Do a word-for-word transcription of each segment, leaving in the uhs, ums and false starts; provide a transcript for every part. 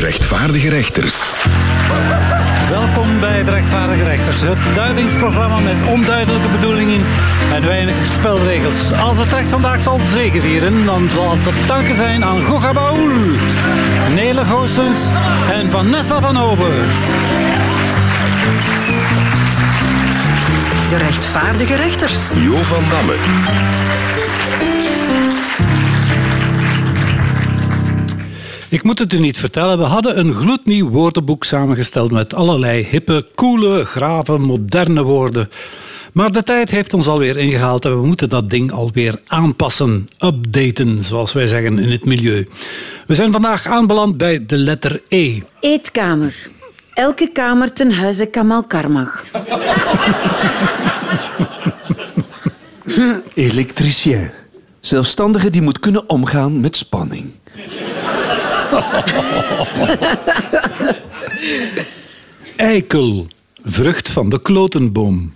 rechtvaardige rechters. Welkom bij de rechtvaardige rechters. Het duidingsprogramma met onduidelijke bedoelingen en weinig spelregels. Als het recht vandaag zal zegevieren, dan zal het te danken zijn aan Goga Baoul, Nele Goossens en Vanessa van Hoven. De rechtvaardige rechters. Jo van Damme. Ik moet het u niet vertellen, we hadden een gloednieuw woordenboek samengesteld met allerlei hippe, coole, grave, moderne woorden. Maar de tijd heeft ons alweer ingehaald en we moeten dat ding alweer aanpassen, updaten, zoals wij zeggen in het milieu. We zijn vandaag aanbeland bij de letter E. Eetkamer. Elke kamer ten huize Kamal Karmach. Elektricien. Zelfstandige die moet kunnen omgaan met spanning. Eikel. Vrucht van de klotenboom.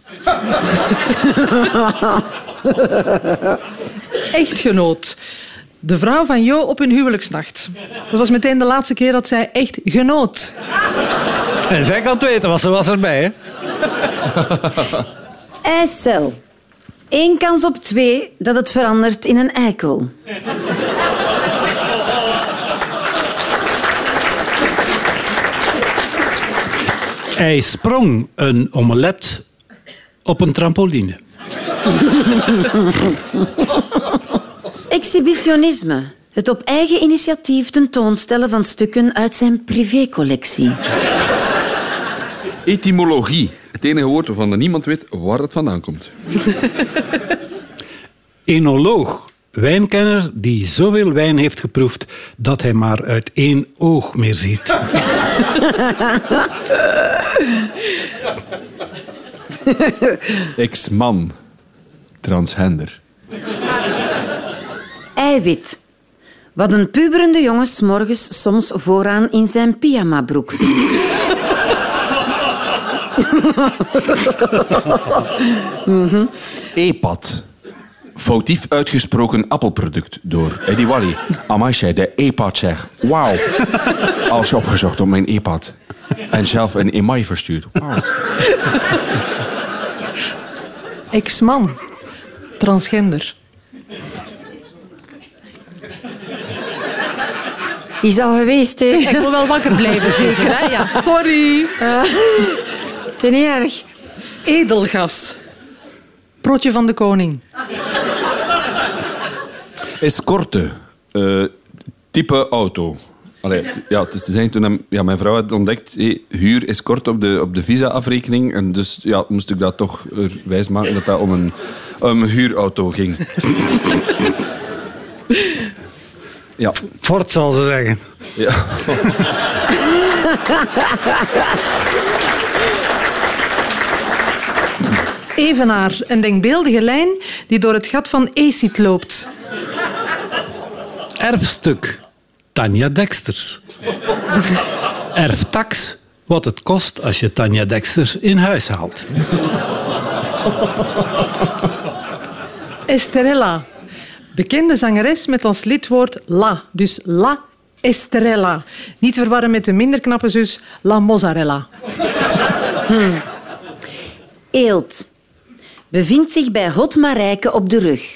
Echtgenoot. De vrouw van Jo op hun huwelijksnacht. Dat was meteen de laatste keer dat zij echt genoot. En zij kan het weten, want ze was erbij, hè? Eicel. Eén kans op twee dat het verandert in een eikel. Hij sprong een omelet op een trampoline. Exhibitionisme. Het op eigen initiatief tentoonstellen van stukken uit zijn privécollectie. Etymologie. Het enige woord waarvan niemand weet waar het vandaan komt. Enoloog. Wijnkenner die zoveel wijn heeft geproefd dat hij maar uit één oog meer ziet. Ex-man. Transgender. Eiwit. Wat een puberende jongen 's morgens soms vooraan in zijn pyjamabroek vindt. mm-hmm. E-pad. Foutief uitgesproken appelproduct door Eddie Wally. Amai, zei de E-pad zeg. Wauw. Als opgezocht op mijn E-pad. En zelf een email verstuurd. Wauw. Ex-man. Transgender. Is al geweest, hè? Ik moet wel wakker blijven, zeker, hè? Ja. Sorry. Uh, het is niet erg. Edelgas. Prootje van de koning. Escorte. Uh, type auto. Allee, t- ja, het is te zeggen, toen hem, ja, mijn vrouw had ontdekt, hey, huur escorte op de, op de visa-afrekening. En dus ja, moest ik dat toch wijs maken dat dat om een, om een huurauto ging. Ja. Fort zal ze zeggen. Ja. Evenaar, een denkbeeldige lijn die door het gat van Acid loopt. Erfstuk. Tanja Dexters. Erftax. Wat het kost als je Tanja Dexters in huis haalt. Estrella. Bekende zangeres met als lidwoord la. Dus la Estrella. Niet verwarren met de minder knappe zus la Mozzarella. Hmm. Eelt. Bevindt zich bij Hot Marijke op de rug.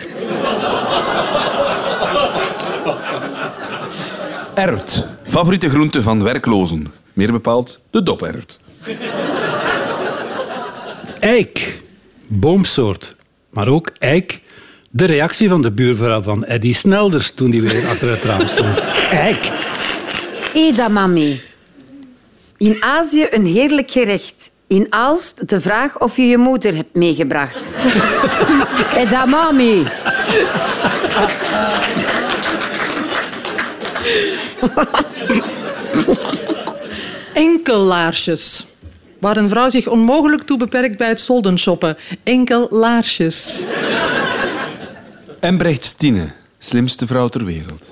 Ert. Favoriete groente van werklozen. Meer bepaald de dopert. Eik. Boomsoort. Maar ook eik. De reactie van de buurvrouw van Eddie Snelders toen die weer achter het raam stond. Eik. Edamame. In Azië een heerlijk gerecht. In Aalst de vraag of je je moeder hebt meegebracht. Edamame. Enkellaarsjes. Waar een vrouw zich onmogelijk toe beperkt bij het soldenshoppen. Enkellaarsjes. Embrecht Stine. Slimste vrouw ter wereld.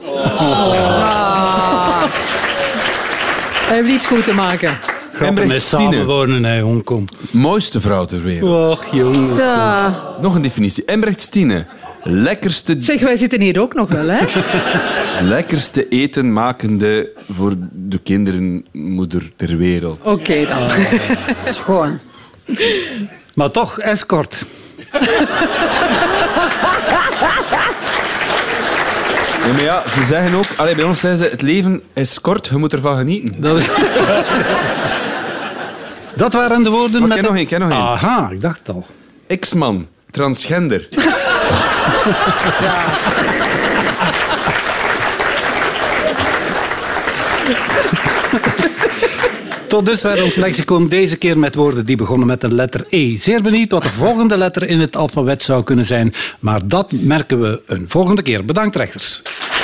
Oh. Hij heeft iets goed te maken. Grappen met samenwonen in Hongkong. Mooiste vrouw ter wereld. Och, jongens. Zo. Nog een definitie. Embrecht Stine. lekkerste... Zeg, wij zitten hier ook nog wel, hè? lekkerste eten makende voor de kinderen moeder ter wereld. Oké, okay, dan. Schoon. Maar toch, escort. Ja, maar ja, ze zeggen ook... Allee, bij ons zeggen ze, het leven is kort, je moet ervan genieten. Dat, is... Dat waren de woorden Maar met... ik ken nog één, ik ken nog één. Aha, ik dacht het al. X-man, transgender. Ja. Tot dusver ons lexicon, deze keer met woorden die begonnen met de letter E. Zeer benieuwd wat de volgende letter in het alfabet zou kunnen zijn. Maar dat merken we een volgende keer. Bedankt, rechters.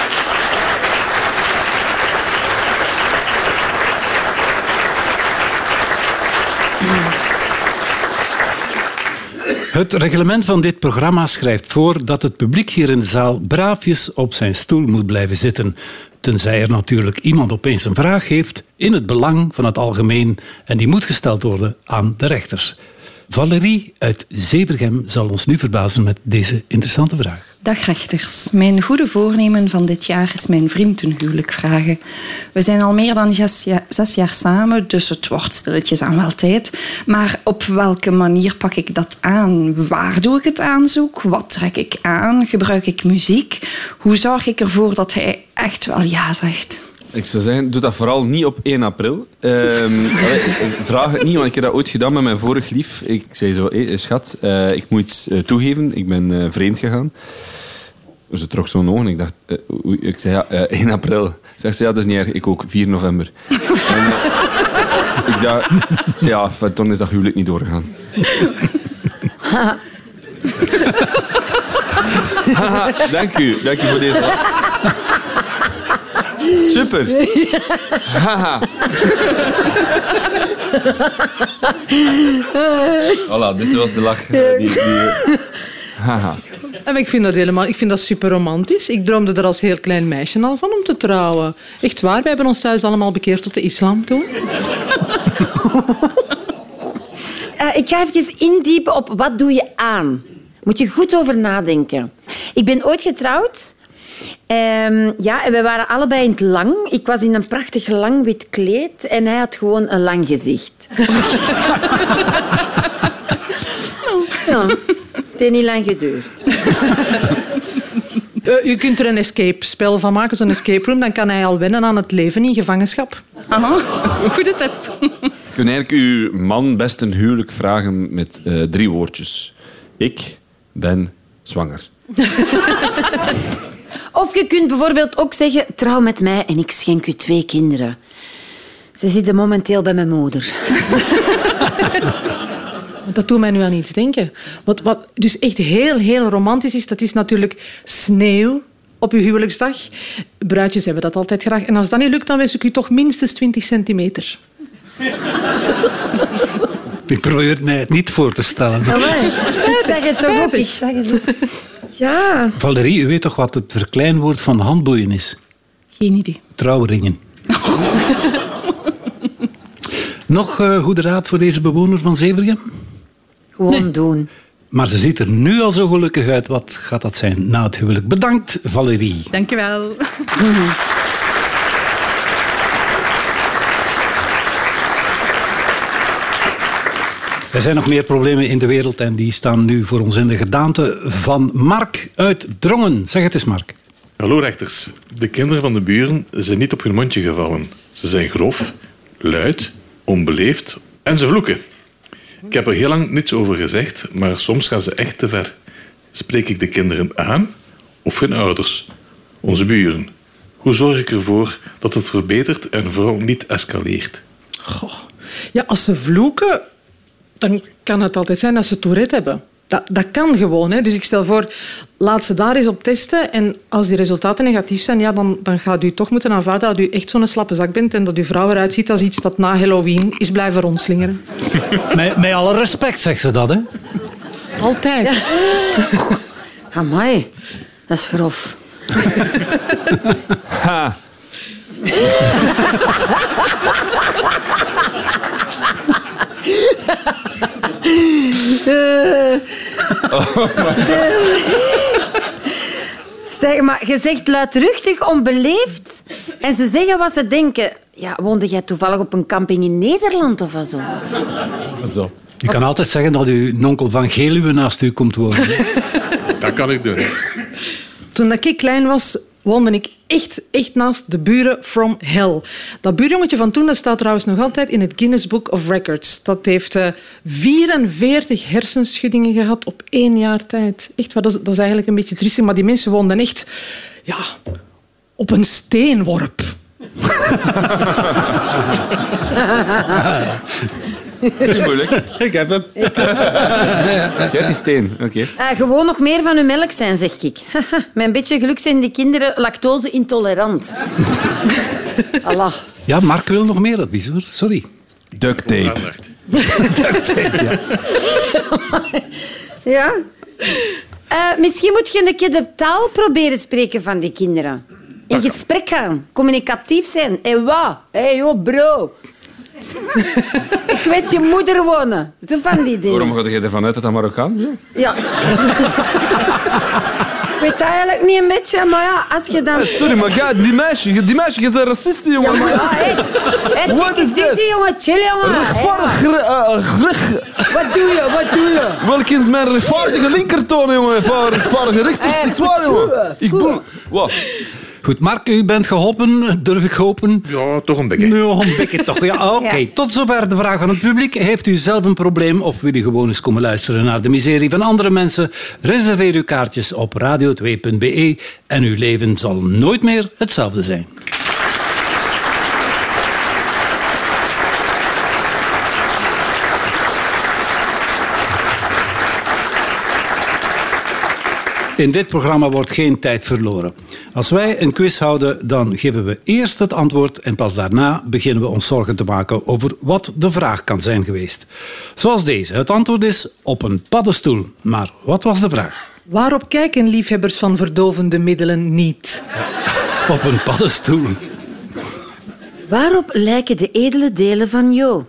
Het reglement van dit programma schrijft voor dat het publiek hier in de zaal braafjes op zijn stoel moet blijven zitten. Tenzij er natuurlijk iemand opeens een vraag heeft in het belang van het algemeen en die moet gesteld worden aan de rechters. Valerie uit Zevergem zal ons nu verbazen met deze interessante vraag. Dag rechters. Mijn goede voornemen van dit jaar is mijn vriend een huwelijk vragen. We zijn al meer dan zes jaar, zes jaar samen, dus het wordt stilletjes aan wel tijd. Maar op welke manier pak ik dat aan? Waar doe ik het aanzoek? Wat trek ik aan? Gebruik ik muziek? Hoe zorg ik ervoor dat hij echt wel ja zegt? Ik zou zeggen, doe dat vooral niet op één april. Um, allee, vraag het niet, want ik heb dat ooit gedaan met mijn vorig lief. Ik zei zo, hey, schat, uh, ik moet iets uh, toegeven. Ik ben uh, vreemd gegaan. Ze trok zo'n ogen. Ik dacht, uh, oei, ik zei, ja, uh, één april. Zegt ze, ja, dat is niet erg. Ik ook, vier november. En, uh, ik dacht, ja, toen is dat huwelijk niet doorgegaan. Haha, dank u. Dank u voor deze dag. Super. Haha. Voilà, dit was de lach. Uh, die, die, haha. En ik vind dat helemaal, ik vind dat super romantisch. Ik droomde er als heel klein meisje al van om te trouwen. Echt waar, wij hebben ons thuis allemaal bekeerd tot de islam toen. Uh, ik ga even indiepen op wat doe je aan. Moet je goed over nadenken. Ik ben ooit getrouwd. Um, ja, en we waren allebei in het lang. Ik was in een prachtig lang wit kleed en hij had gewoon een lang gezicht. Ja, het heeft niet lang geduurd. Uh, je kunt er een escape-spel van maken, zo'n escape room. Dan kan hij al wennen aan het leven in gevangenschap. Aha, goede tip. Je kunt eigenlijk uw man best een huwelijk vragen met uh, drie woordjes. Ik ben zwanger. Of je kunt bijvoorbeeld ook zeggen, trouw met mij en ik schenk u twee kinderen. Ze zitten momenteel bij mijn moeder. Dat doet mij nu aan iets denken. Wat, wat dus echt heel, heel romantisch is, dat is natuurlijk sneeuw op uw huwelijksdag. Bruidjes hebben dat altijd graag. En als dat niet lukt, dan wens ik u toch minstens twintig centimeter. Ik probeer mij het niet voor te stellen. Ja, maar, ik zeg het toch ook. Ik zeg het ook. Ja. Valerie, u weet toch wat het verkleinwoord van handboeien is? Geen idee. Trouwringen. Nog uh, goede raad voor deze bewoner van Zevergem? Gewoon nee. doen. Maar ze ziet er nu al zo gelukkig uit. Wat gaat dat zijn na het huwelijk? Bedankt, Valerie. Dank je wel. Er zijn nog meer problemen in de wereld en die staan nu voor ons in de gedaante van Mark uit Drongen. Zeg het eens, Mark. Hallo rechters. De kinderen van de buren zijn niet op hun mondje gevallen. Ze zijn grof, luid, onbeleefd en ze vloeken. Ik heb er heel lang niets over gezegd, maar soms gaan ze echt te ver. Spreek ik de kinderen aan of hun ouders? Onze buren. Hoe zorg ik ervoor dat het verbetert en vooral niet escaleert? Goh. Ja, als ze vloeken, dan kan het altijd zijn dat ze Tourette hebben. Dat, dat kan gewoon. Hè. Dus ik stel voor, laat ze daar eens op testen. En als die resultaten negatief zijn, ja, dan, dan gaat u toch moeten aanvaarden dat u echt zo'n slappe zak bent en dat uw vrouw eruit ziet als iets dat na Halloween is blijven rondslingeren. Met, met alle respect, zegt ze dat, hè? Altijd. Ja. Amai, dat is grof. Ha. uh, oh Zeg maar, je zegt luidruchtig, onbeleefd. En ze zeggen wat ze denken. Ja, woonde jij toevallig op een camping in Nederland of zo? Of zo. Je kan altijd zeggen dat uw onkel van Geluwe naast u komt wonen. Dat kan ik doen. Hè. Toen dat ik klein was, woonde ik echt, echt naast de buren from hell. Dat buurjongetje van toen dat staat trouwens nog altijd in het Guinness Book of Records. Dat heeft uh, vierenveertig hersenschuddingen gehad op één jaar tijd. Echt, dat is, dat is eigenlijk een beetje triestig, maar die mensen woonden echt ja, op een steenworp. Dat is moeilijk. Ik heb hem. Jij hebt die steen. Oké. Okay. Uh, gewoon nog meer van hun melk zijn, zeg ik. Met een beetje geluk zijn die kinderen lactose-intolerant. Allah. Ja, Mark wil nog meer advies, hoor. Sorry. Duct tape. Duct tape, ja. Ja? Uh, misschien moet je een keer de taal proberen spreken van die kinderen. In gesprek gaan. Communicatief zijn. Hé, wat? Hé, joh, bro. Ik weet je moeder wonen. Zo van die dingen. Waarom ga je ervan uit dat dat Marokkaan is? Ja. Ik weet dat eigenlijk niet een beetje, maar ja, als je dan... Sorry, maar ja, die meisje, die meisje is een racist, jongen. Ja, maar ja, echt. Hey, Wat is dit? Die jongen, chill, jongen. Rechtvaardig... Wat doe je, wat doe je? Welk is mijn rechtvaardige linkertoon, jongen? Van rechtvaardige rechters, Hey, niks waar, jongen. Ik boel... Wat? Goed, Mark, u bent geholpen, durf ik hopen. Ja, toch een beetje. Nee, een beetje toch. Ja, oké. Okay. Ja. Tot zover de vraag van het publiek. Heeft u zelf een probleem of wil u gewoon eens komen luisteren naar de miserie van andere mensen? Reserveer uw kaartjes op radio twee punt b e en uw leven zal nooit meer hetzelfde zijn. In dit programma wordt geen tijd verloren. Als wij een quiz houden, dan geven we eerst het antwoord en pas daarna beginnen we ons zorgen te maken over wat de vraag kan zijn geweest. Zoals deze. Het antwoord is op een paddenstoel. Maar wat was de vraag? Waarop kijken liefhebbers van verdovende middelen niet? Op een paddenstoel. Waarop lijken de edele delen van Jo?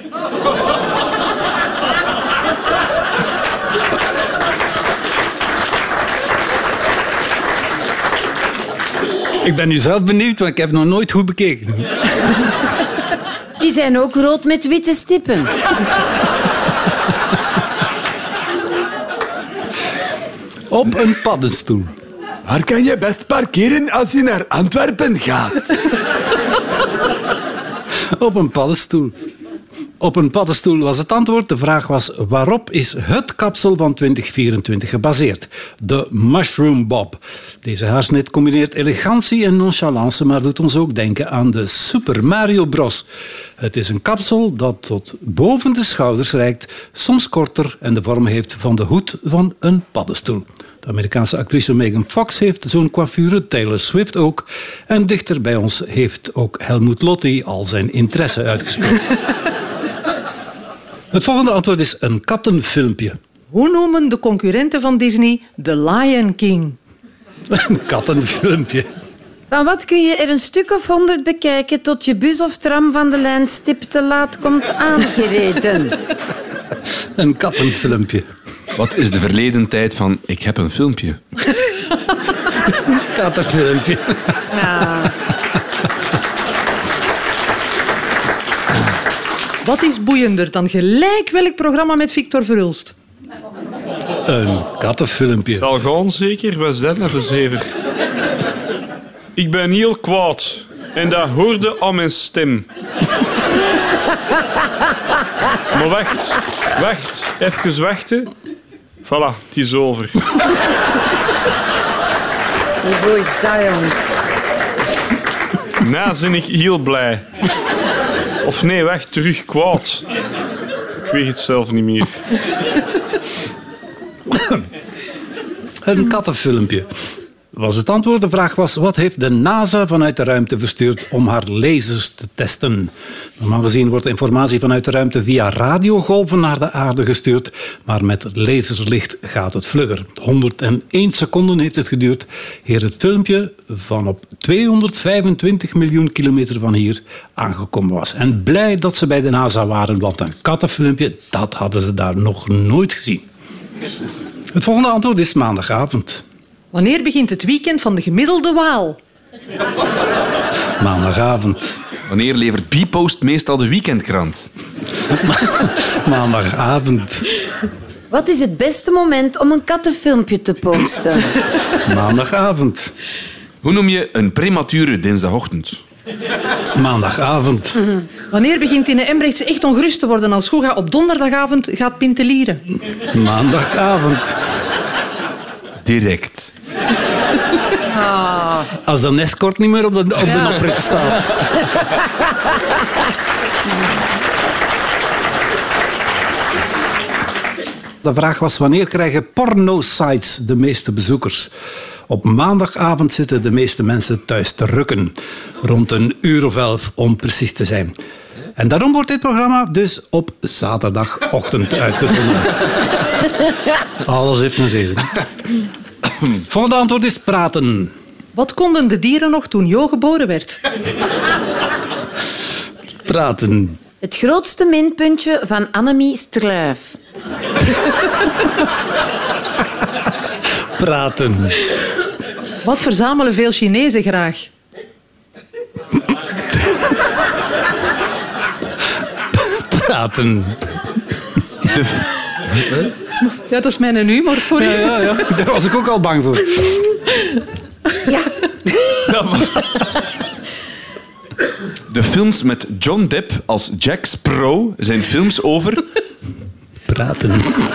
Ik ben nu zelf benieuwd, want ik heb het nog nooit goed bekeken. Die zijn ook rood met witte stippen. Op een paddenstoel. Waar kan je best parkeren als je naar Antwerpen gaat? Op een paddenstoel. Op een paddenstoel was het antwoord. De vraag was, waarop is het kapsel van twintig vierentwintig gebaseerd? De Mushroom Bob. Deze haarsnit combineert elegantie en nonchalance, maar doet ons ook denken aan de Super Mario Bros. Het is een kapsel dat tot boven de schouders reikt, soms korter en de vorm heeft van de hoed van een paddenstoel. De Amerikaanse actrice Megan Fox heeft zo'n coiffure, Taylor Swift ook. En dichter bij ons heeft ook Helmut Lotti al zijn interesse uitgesproken. Het volgende antwoord is een kattenfilmpje. Hoe noemen de concurrenten van Disney The Lion King? Een kattenfilmpje. Van wat kun je er een stuk of honderd bekijken tot je bus of tram van de lijn stip te laat komt aangereden? Een kattenfilmpje. Wat is de verleden tijd van ik heb een filmpje? Kattenfilmpje. Ja. Wat is boeiender dan gelijk welk programma met Victor Verhulst? Een kattenfilmpje. Zal gaan zeker, was dat net een zever. Ik ben heel kwaad en dat hoorde aan mijn stem. Maar wacht, wacht, even wachten. Voilà, het is over. Hoe is dat, jongen? Nou ben ik heel blij. Of nee, wacht, terug kwaad. Ik weet het zelf niet meer. Een kattenfilmpje. Was het antwoord. De vraag was, wat heeft de NASA vanuit de ruimte verstuurd om haar lasers te testen? Normaal gezien wordt informatie vanuit de ruimte via radiogolven naar de aarde gestuurd, maar met het laserlicht gaat het vlugger. honderdéén seconden heeft het geduurd eer het filmpje van op tweehonderdvijfentwintig miljoen kilometer van hier aangekomen was. En blij dat ze bij de NASA waren, want een kattenfilmpje, dat hadden ze daar nog nooit gezien. Het volgende antwoord is maandagavond. Wanneer begint het weekend van de gemiddelde Waal? Maandagavond. Wanneer levert Bpost meestal de weekendkrant? Maandagavond. Wat is het beste moment om een kattenfilmpje te posten? Maandagavond. Hoe noem je een premature dinsdagochtend? Maandagavond. Wanneer begint Tine Embrechts echt ongerust te worden als Goega op donderdagavond gaat pintelieren? Maandagavond. Direct. Ah. Als de escort niet meer op de, op de Ja. oprit staat. De vraag was, wanneer krijgen porno-sites de meeste bezoekers? Op maandagavond zitten de meeste mensen thuis te rukken. Rond een uur of elf, om precies te zijn. En daarom wordt dit programma dus op zaterdagochtend uitgezonden. Alles heeft een reden. Volgende antwoord is praten. Wat konden de dieren nog toen Jo geboren werd? Praten. Het grootste minpuntje van Annemie Struijf. Praten. Wat verzamelen veel Chinezen graag? Praten. Ja, dat is mijn humor, sorry. Ja, ja, ja. Daar was ik ook al bang voor. Ja. De films met John Depp als Jack Sparrow zijn films over... Praten.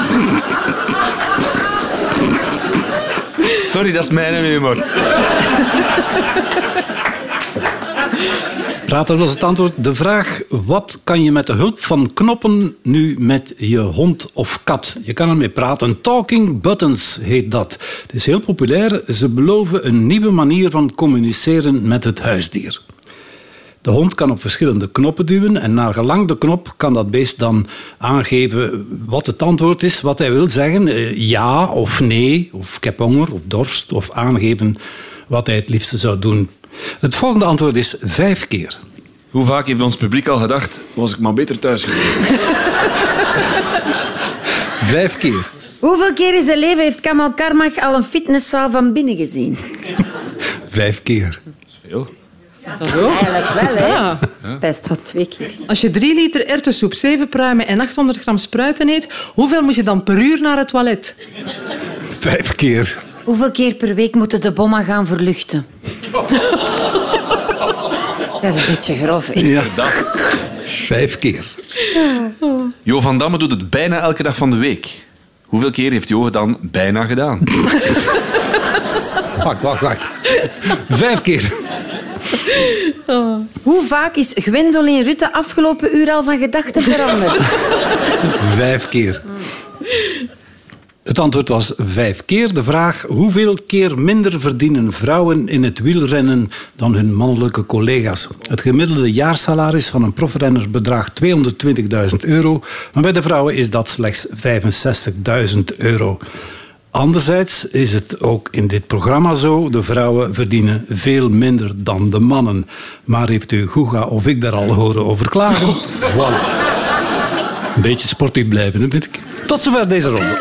Sorry, dat is mijn humor. Praten was het antwoord. De vraag, wat kan je met de hulp van knoppen nu met je hond of kat? Je kan ermee praten. Talking buttons heet dat. Het is heel populair. Ze beloven een nieuwe manier van communiceren met het huisdier. De hond kan op verschillende knoppen duwen en naar gelang de knop kan dat beest dan aangeven wat het antwoord is, wat hij wil zeggen. Ja of nee, of ik heb honger of dorst, of aangeven wat hij het liefste zou doen. Het volgende antwoord is vijf keer. Hoe vaak heeft ons publiek al gedacht, was ik maar beter thuis gebleven? Vijf keer. Hoeveel keer in zijn leven heeft Kamal Karmach al een fitnesszaal van binnen gezien? Vijf keer. Dat is veel. Eigenlijk wel, hè? Ja. Best dat twee keer. Als je drie liter erwtensoep, zeven pruimen en achthonderd gram spruiten eet, hoeveel moet je dan per uur naar het toilet? Vijf keer. Hoeveel keer per week moeten de bomma gaan verluchten? Dat is een beetje grof, hè? Ja. Vijf keer. Jo van Damme doet het bijna elke dag van de week. Hoeveel keer heeft Jo dan bijna gedaan? Wacht, wacht, wacht. Vijf keer. Hoe vaak is Gwendoline Rutte afgelopen uur al van gedachten veranderd? Vijf keer. Het antwoord was vijf keer. De vraag, hoeveel keer minder verdienen vrouwen in het wielrennen dan hun mannelijke collega's? Het gemiddelde jaarsalaris van een profrenner bedraagt tweehonderdtwintigduizend euro, maar bij de vrouwen is dat slechts vijfenzestigduizend euro. Anderzijds is het ook in dit programma zo. De vrouwen verdienen veel minder dan de mannen. Maar heeft u Goega of ik daar al horen over klagen? Voilà. Een beetje sportief blijven, hè, vind ik. Tot zover deze ronde.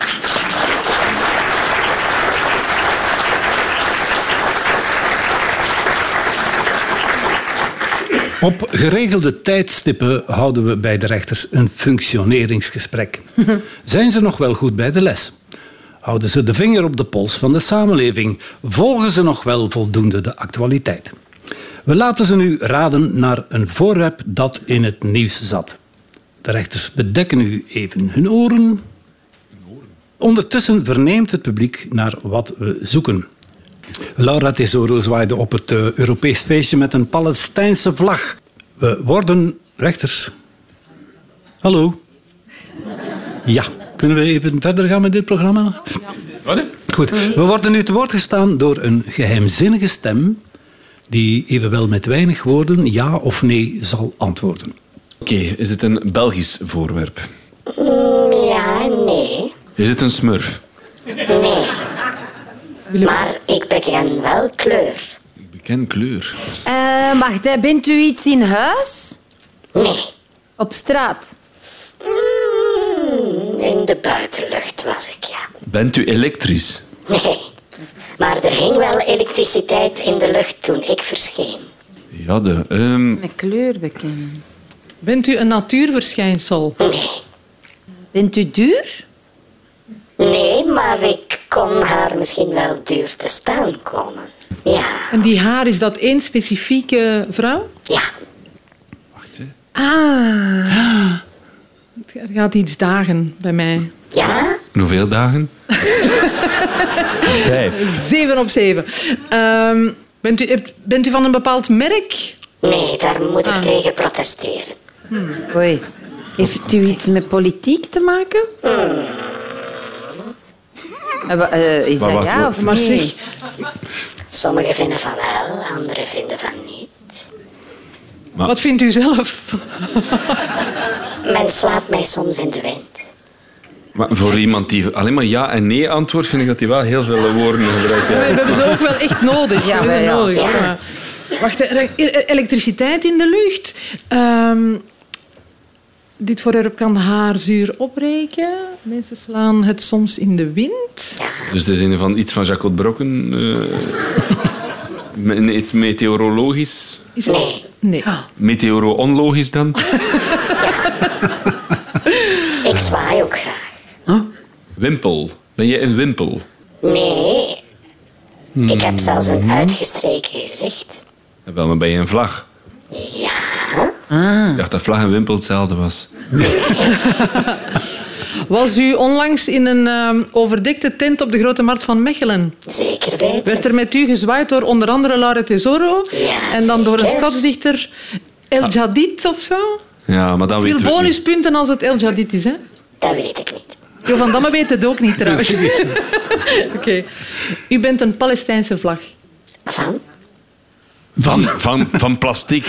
Op geregelde tijdstippen houden we bij de rechters een functioneringsgesprek. Zijn ze nog wel goed bij de les? Houden ze de vinger op de pols van de samenleving? Volgen ze nog wel voldoende de actualiteit? We laten ze nu raden naar een voorwerp dat in het nieuws zat. De rechters bedekken nu even hun oren. Ondertussen verneemt het publiek naar wat we zoeken. Laura Tesoro zwaaide op het uh, Europees feestje met een Palestijnse vlag. We worden rechters. Hallo. Ja, kunnen we even verder gaan met dit programma? Wat? Goed. We worden nu te woord gestaan door een geheimzinnige stem die evenwel met weinig woorden ja of nee zal antwoorden. Oké, okay, is het een Belgisch voorwerp? Ja, nee. Is het een smurf? Nee. Maar ik beken wel kleur. Ik beken kleur. Uh, wacht, hè. Bent u iets in huis? Nee. Op straat? Mm, in de buitenlucht was ik, ja. Bent u elektrisch? Nee. Maar er hing wel elektriciteit in de lucht toen ik verscheen. Ja, de... ehm, Met kleur bekennen. Bent u een natuurverschijnsel? Nee. Bent u duur? Nee, maar ik kon haar misschien wel duur te staan komen. Ja. En die haar, is dat één specifieke vrouw? Ja. Wacht, hè. Ah. Er gaat iets dagen bij mij. Ja? En hoeveel dagen? Vijf. Zeven op zeven. Ehm, bent, u, hebt- bent u van een bepaald merk? Nee, daar moet ik Ah. tegen protesteren. Oei. Heeft u iets met politiek te maken? Eh, wa- eh, is Maar dat wacht, ja wacht. of Maar nee? zeg, Sommigen vinden van wel, anderen vinden van niet. Maar- wat vindt u zelf? Men slaat mij soms in de wind. Maar voor iemand die alleen maar ja en nee antwoordt, vind ik dat hij wel heel veel woorden gebruikt. We Ja. hebben ze ook wel echt nodig. Ja, we hebben ze ja. nodig. Ja. Maar- Wacht, hè, e- e- elektriciteit in de lucht. Ehm, dit voorwerp kan haar zuur opbreken. Mensen slaan het soms in de wind. Dus het is een van iets van Jacques Brokken. eh, me- iets meteorologisch. Is het? Nee. Nee. Meteoro-onlogisch dan. Ik zwaai ook graag. Wimpel. Ben je een wimpel? Nee. Ik heb zelfs een uitgestreken gezicht. Ja, wel, maar ben je een vlag? Ja. Ik dacht dat vlag en wimpel hetzelfde was. Was u onlangs in een ehm, overdekte tent op de Grote Markt van Mechelen? Zeker weten. Werd er met u gezwaaid door onder andere Laura Tesoro Ja, en dan door een zeker. stadsdichter El Jadid of zo? Ja, maar dan Veel weten we het niet. bonuspunten als het El Jadid is, hè? Dat weet ik niet. Jo van Damme weet het ook niet, trouwens. Oké. U bent een Palestijnse vlag. Van? Van, van, van plastic.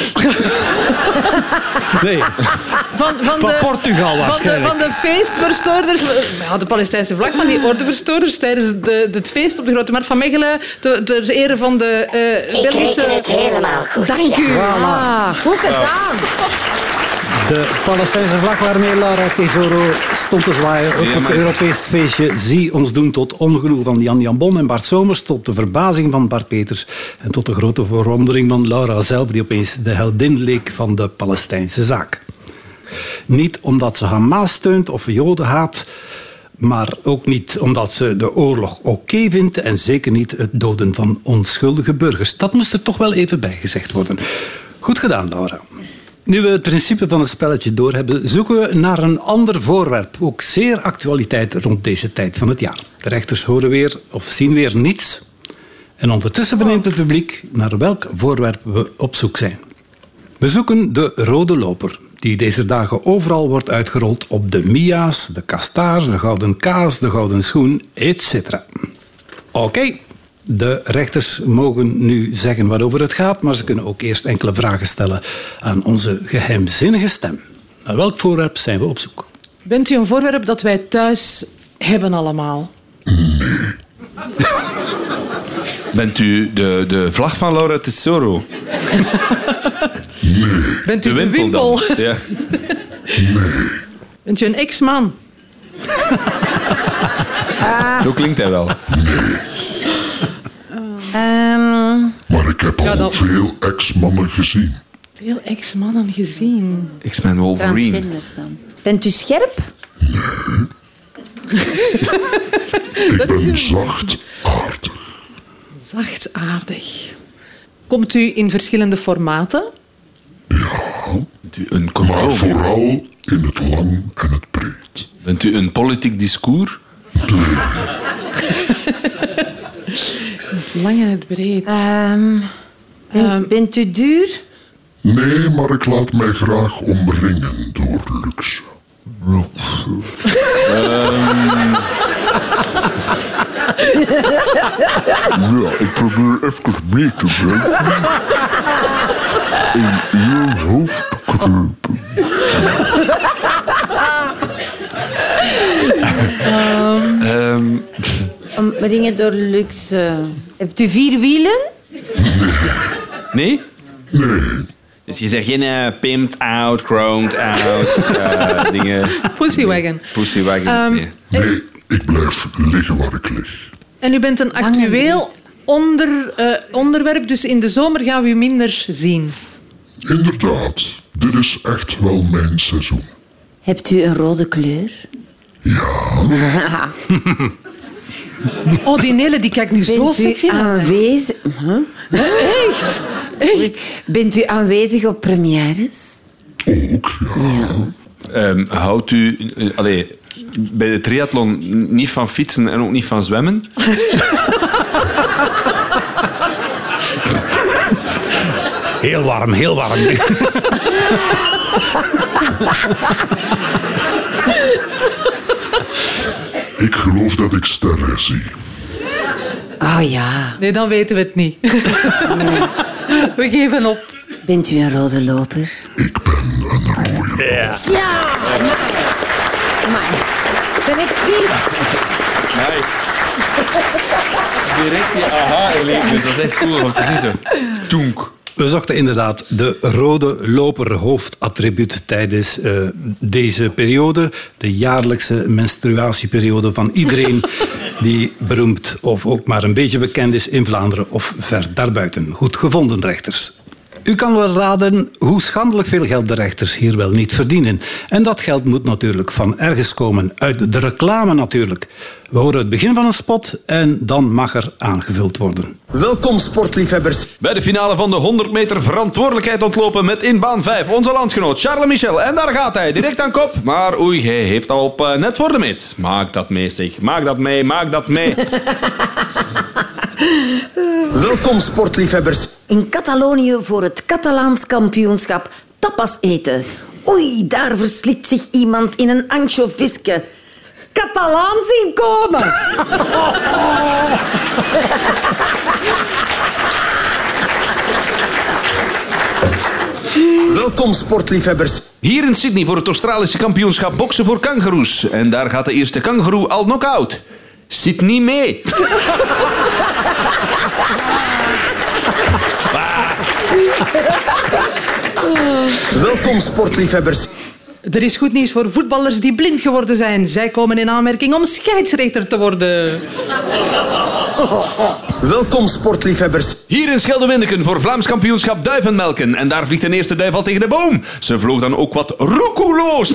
Nee, Van, van, van de, Portugal van de, waarschijnlijk. van de feestverstoorders. Ja, de Palestijnse vlag van die ordeverstoorders tijdens de, het feest op de Grote Markt van Mechelen. Ter, ter ere van de eh Ik Belgische... reken het helemaal goed. Dank ja. u. Ah, goed gedaan. De Palestijnse vlag waarmee Laura Tesoro stond te zwaaien ook Ja, op het maar- Europees feestje Zie ons doen tot ongenoegen van Jan Jan Bon en Bart Somers, tot de verbazing van Bart Peters en tot de grote verwondering van Laura zelf, die opeens de heldin leek van de Palestijnse zaak. Niet omdat ze Hamas steunt of Joden haat, maar ook niet omdat ze de oorlog oké vindt en zeker niet het doden van onschuldige burgers. Dat moest er toch wel even bijgezegd worden. Goed gedaan, Laura. Nu we het principe van het spelletje doorhebben, zoeken we naar een ander voorwerp. Ook zeer actualiteit rond deze tijd van het jaar. De rechters horen weer of zien weer niets. En ondertussen verneemt het publiek naar welk voorwerp we op zoek zijn. We zoeken de rode loper, die deze dagen overal wordt uitgerold op de Mia's, de kastaars, de gouden kaas, de gouden schoen, et cetera. Oké, de rechters mogen nu zeggen waarover het gaat, maar ze kunnen ook eerst enkele vragen stellen aan onze geheimzinnige stem. Naar welk voorwerp zijn we op zoek? Bent u een voorwerp dat wij thuis hebben allemaal? Bent u de, de vlag van Laura Tesoro? Bent u De de wimpel wimpel? dan? Ja. Bent u een ex-man? Zo klinkt hij wel. Ehm, Maar ik heb al Ja, dat- veel ex-mannen gezien. Veel ex-mannen gezien. X-Men Wolverine. transgenders dan. Bent u scherp? Ik ben zachtaardig. Zachtaardig. Komt u in verschillende formaten? Bent u een Maar condoom? vooral in het lang en het breed. Bent u een politiek discours? Het lang en het breed. Ehm, ben- Ehm. bent u duur? Nee, maar ik laat mij graag omringen door luxe. Ja, ik probeer even mee te brengen. In uw hoofd te kruipen. Ehm, Om dingen door luxe. Hebt u vier wielen? nee? Nee. Dus je zegt geen uh, pimped out, chromed out, uh, dingen. Pussywagon. Pussywagon. Ehm, nee. Nee, ik blijf liggen waar ik lig. En u bent een actueel onder, uh, onderwerp, dus in de zomer gaan we u minder zien. Inderdaad, dit is echt wel mijn seizoen. Hebt u een rode kleur? Ja. Oh, die Nele, die kijkt nu Bent zo sexy u aanwezig? Huh? Echt? Echt? Bent u aanwezig op premières? Ook, ja. Ja. Um, houdt u uh, allee, bij de triathlon niet van fietsen en ook niet van zwemmen? Heel warm, heel warm. Ik geloof dat ik sterren zie. Oh ja. Nee, dan weten we het niet. Nee. We geven op. Bent u een rode loper? Ik ben een rode. Ja. Ja! Maar, ben ik zie. Nee. Direct die aha-erleving. Dat is echt cool om te zien. Zo. Toenk. We zochten inderdaad de rode loper hoofdattribuut tijdens uh, deze periode. De jaarlijkse menstruatieperiode van iedereen die beroemd of ook maar een beetje bekend is in Vlaanderen of ver daarbuiten. Goed gevonden, rechters. U kan wel raden hoe schandelijk veel geld de rechters hier wel niet verdienen. En dat geld moet natuurlijk van ergens komen. Uit de reclame natuurlijk. We horen het begin van een spot en dan mag er aangevuld worden. Welkom sportliefhebbers. Bij de finale van de honderd meter verantwoordelijkheid ontlopen met in baan vijf onze landgenoot Charles Michel. En daar gaat hij, direct aan kop. Maar oei, hij heeft al op uh, net voor de meet. Maak dat mee, zeg. Maak dat mee, maak dat mee. Welkom sportliefhebbers. In Catalonië voor het Catalaans kampioenschap tapas eten. Oei, daar verslikt zich iemand in een anchoviske. Catalaan zien komen. Welkom sportliefhebbers. Hier in Sydney voor het Australische kampioenschap boksen voor kangoeroes. En daar gaat de eerste kangoeroe al knock-out. Zit niet mee. Welkom sportliefhebbers. Er is goed nieuws voor voetballers die blind geworden zijn. Zij komen in aanmerking om scheidsrechter te worden. Welkom sportliefhebbers. Hier in Schelde-Windeken voor Vlaams kampioenschap duivenmelken. En daar vliegt een eerste duif al tegen de boom. Ze vloog dan ook wat roekeloos.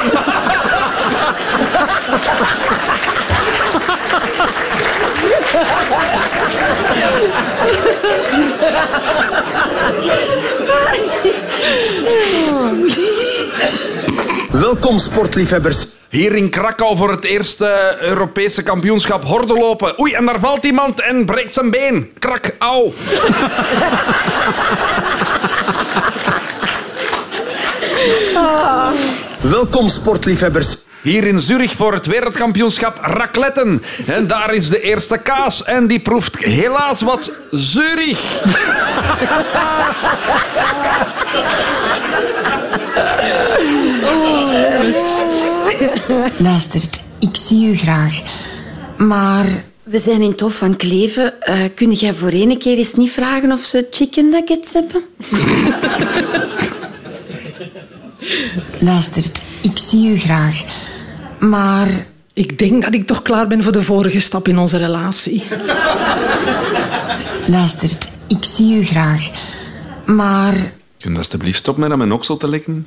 Welkom sportliefhebbers. Hier in Krakau voor het eerste Europese kampioenschap hordenlopen. Oei, en daar valt iemand en breekt zijn been. Krak, au. Oh. Welkom sportliefhebbers. Hier in Zurich voor het wereldkampioenschap racletten. En daar is de eerste kaas en die proeft helaas wat Zurich. Luistert, ik zie u graag. Maar we zijn in Tof van Kleven. Uh, kun jij voor één keer eens niet vragen of ze chicken nuggets hebben? Luistert, ik zie u graag. Maar ik denk dat ik toch klaar ben voor de vorige stap in onze relatie. Luistert, ik zie u graag. Maar kun je alsjeblieft stoppen met aan mijn oksel te likken?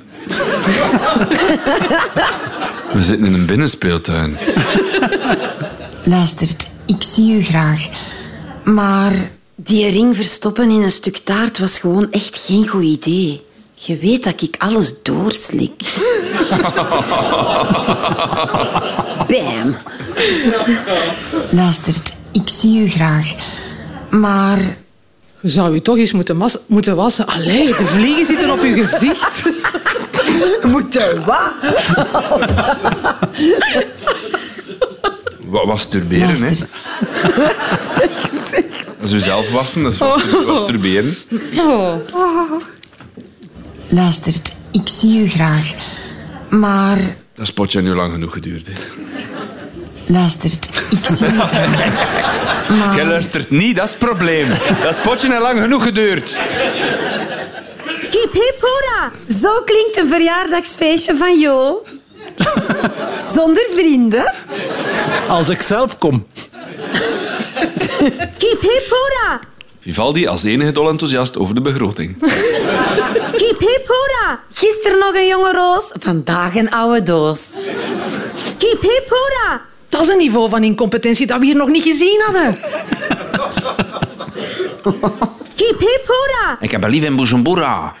We zitten in een binnenspeeltuin. Luistert, ik zie u graag. Maar die ring verstoppen in een stuk taart was gewoon echt geen goed idee. Je weet dat ik alles doorslik. Bam. Luistert, ik zie u graag. Maar je zou u toch eens moeten, mas- moeten wassen. Allee, de vliegen zitten op uw gezicht. Moeten wat? Wat masturberen, hè? Dat is u zelf wassen, dat is masturberen. Oh. Luistert, ik zie u graag. Maar dat spotje heeft nu lang genoeg geduurd, hè? Luistert, ik zie u graag. Maar Je luistert niet, dat is het probleem. Dat spotje heeft lang genoeg geduurd. Hip hip hoera! Zo klinkt een verjaardagsfeestje van Jo. Zonder vrienden. Als ik zelf kom. Hip hip hoera! Vivaldi als enige dolenthousiast over de begroting. Hip hip hoera! Gisteren nog een jonge roos, vandaag een oude doos. Hip hip hoera! Dat is een niveau van incompetentie dat we hier nog niet gezien hadden. Hip hip hoera! Ik heb een lief in Bujumbura.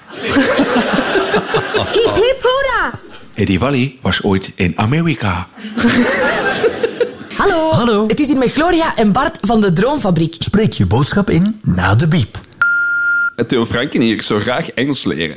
Hip hip hoera! Eddie Valley was ooit in Amerika. Hallo. Hallo. Het is hier met Gloria en Bart van de Droomfabriek. Spreek je boodschap in na de biep. Theo Franken hier, ik zou graag Engels leren.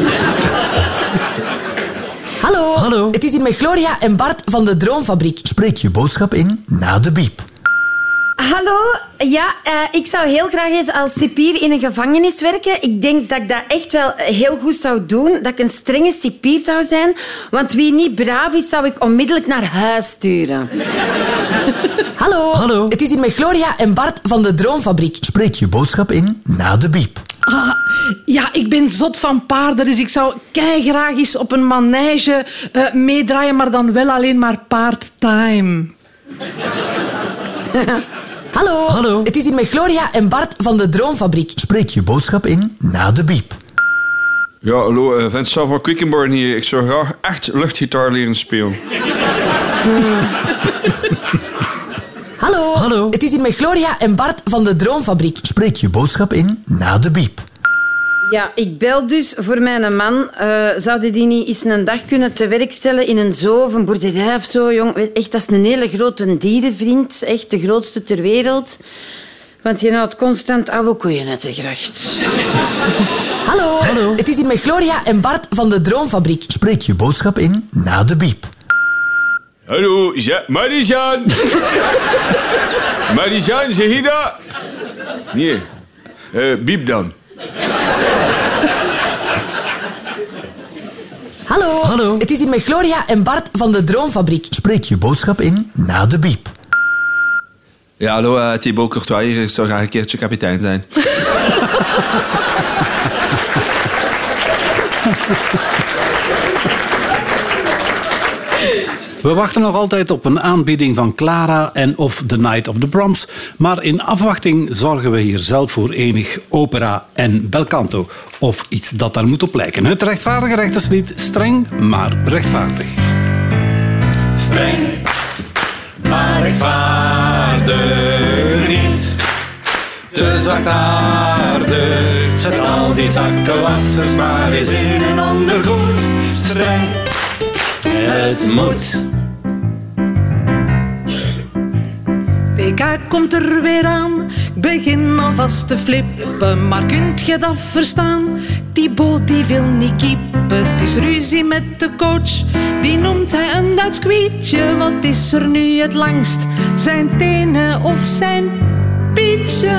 Hallo. Hallo. Het is hier met Gloria en Bart van de Droomfabriek. Spreek je boodschap in na de biep. Hallo, ja, uh, ik zou heel graag eens als cipier in een gevangenis werken. Ik denk dat ik dat echt wel heel goed zou doen, dat ik een strenge cipier zou zijn. Want wie niet braaf is, zou ik onmiddellijk naar huis sturen. Hallo. Hallo. Het is hier met Gloria en Bart van de Droomfabriek. Spreek je boodschap in na de biep. Ah, ja, ik ben zot van paarden, dus ik zou keigraag eens op een manege uh, meedraaien, maar dan wel alleen maar part-time. Hallo. Hallo. Het is hier met Gloria en Bart van de Droomfabriek. Spreek je boodschap in na de biep. Ja, hallo, uh, Vincent van Quickenborn hier. Ik zou graag echt luchtgitaar leren spelen. Hmm. Hallo. Hallo. Het is hier met Gloria en Bart van de Droomfabriek. Spreek je boodschap in na de biep. Ja, ik bel dus voor mijn man. Uh, zouden die niet eens een dag kunnen te werk stellen in een zoo of een boerderij of zo, jong? Echt, dat is een hele grote dierenvriend. Echt de grootste ter wereld. Want je houdt constant oude koeien uit de gracht. Hallo. Hallo. Het is hier met Gloria en Bart van de Droomfabriek. Spreek je boodschap in na de biep. Hallo, ja, Marijan. Marijan, zeg je dat? Nee, uh, biep dan. Hallo. Hallo. Het is hier met Gloria en Bart van de Droomfabriek. Spreek je boodschap in na de biep. Ja, hallo, uh, Thibaut Courtois hier. Ik zou graag een keertje kapitein zijn. We wachten nog altijd op een aanbieding van Clara en of The Night of the Proms. Maar in afwachting zorgen we hier zelf voor enig opera en belcanto. Of iets dat daar moet op lijken. Het rechtvaardige rechterslied, streng maar rechtvaardig. Streng maar rechtvaardig niet. Te zachtaardig. Zet al die zakkenwassers maar eens in een ondergoed. Streng. Het moet. P K komt er weer aan, ik begin alvast te flippen, maar kunt je dat verstaan? Thibaut die wil niet kiepen, het is ruzie met de coach. Die noemt hij een Duits kwietje, wat is er nu het langst? Zijn tenen of zijn pietje?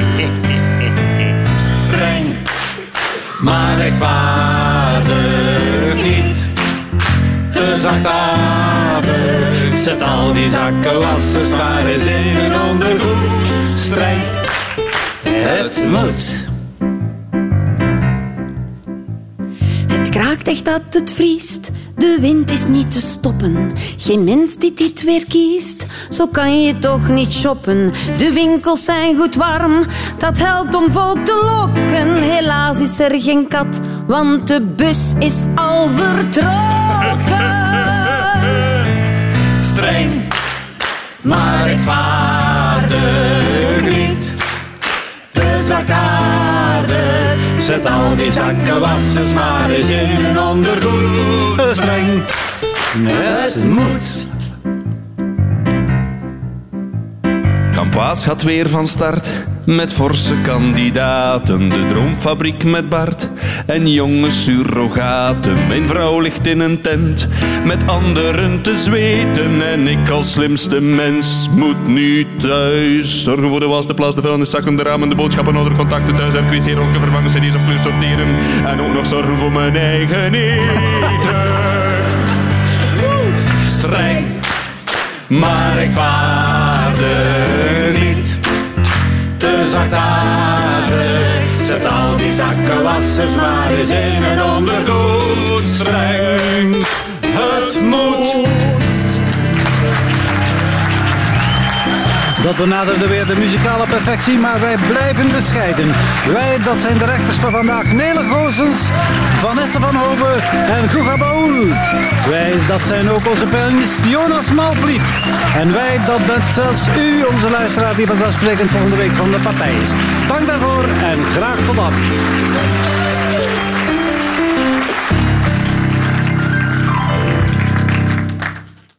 Streng, maar rechtvaardig niet. Te zachtaardig. Zet al die zakkenwassers maar eens in een ondergoed. Streng, het moet. Het kraakt echt dat het vriest. De wind is niet te stoppen. Geen mens die dit weer kiest. Zo kan je toch niet shoppen. De winkels zijn goed warm. Dat helpt om volk te lokken. Helaas is er geen kat, want de bus is al vertrokken. Streng, maar rechtvaardig niet. Te zachtaardig. Zet al die zakkenwassers maar eens in een ondergoed. Streng, het moet. Campoise gaat weer van start met forse kandidaten. De Droomfabriek met Bart en jonge surrogaten. Mijn vrouw ligt in een tent met anderen te zweten. En ik als slimste mens moet nu thuis zorgen voor de was, de plas, de vuilniszakken, de ramen, de boodschappen, andere contacten thuis. R Q C, rolken, vervangen, cd's op kleur sorteren. En ook nog zorgen voor mijn eigen eten. Streng, maar rechtvaardig niet. Te zachtaardig. Zet al die zakkenwassers maar eens in een ondergoed. Streng, het moet. Dat benaderde weer de muzikale perfectie, maar wij blijven bescheiden. Wij, dat zijn de rechters van vandaag. Nele Goossens, Vanessa van Hoven en Guga Baoul. Wij, dat zijn ook onze pianist Jonas Malvliet. En wij, dat bent zelfs u, onze luisteraar, die vanzelfsprekend volgende week van de partij is. Dank daarvoor en graag tot dan.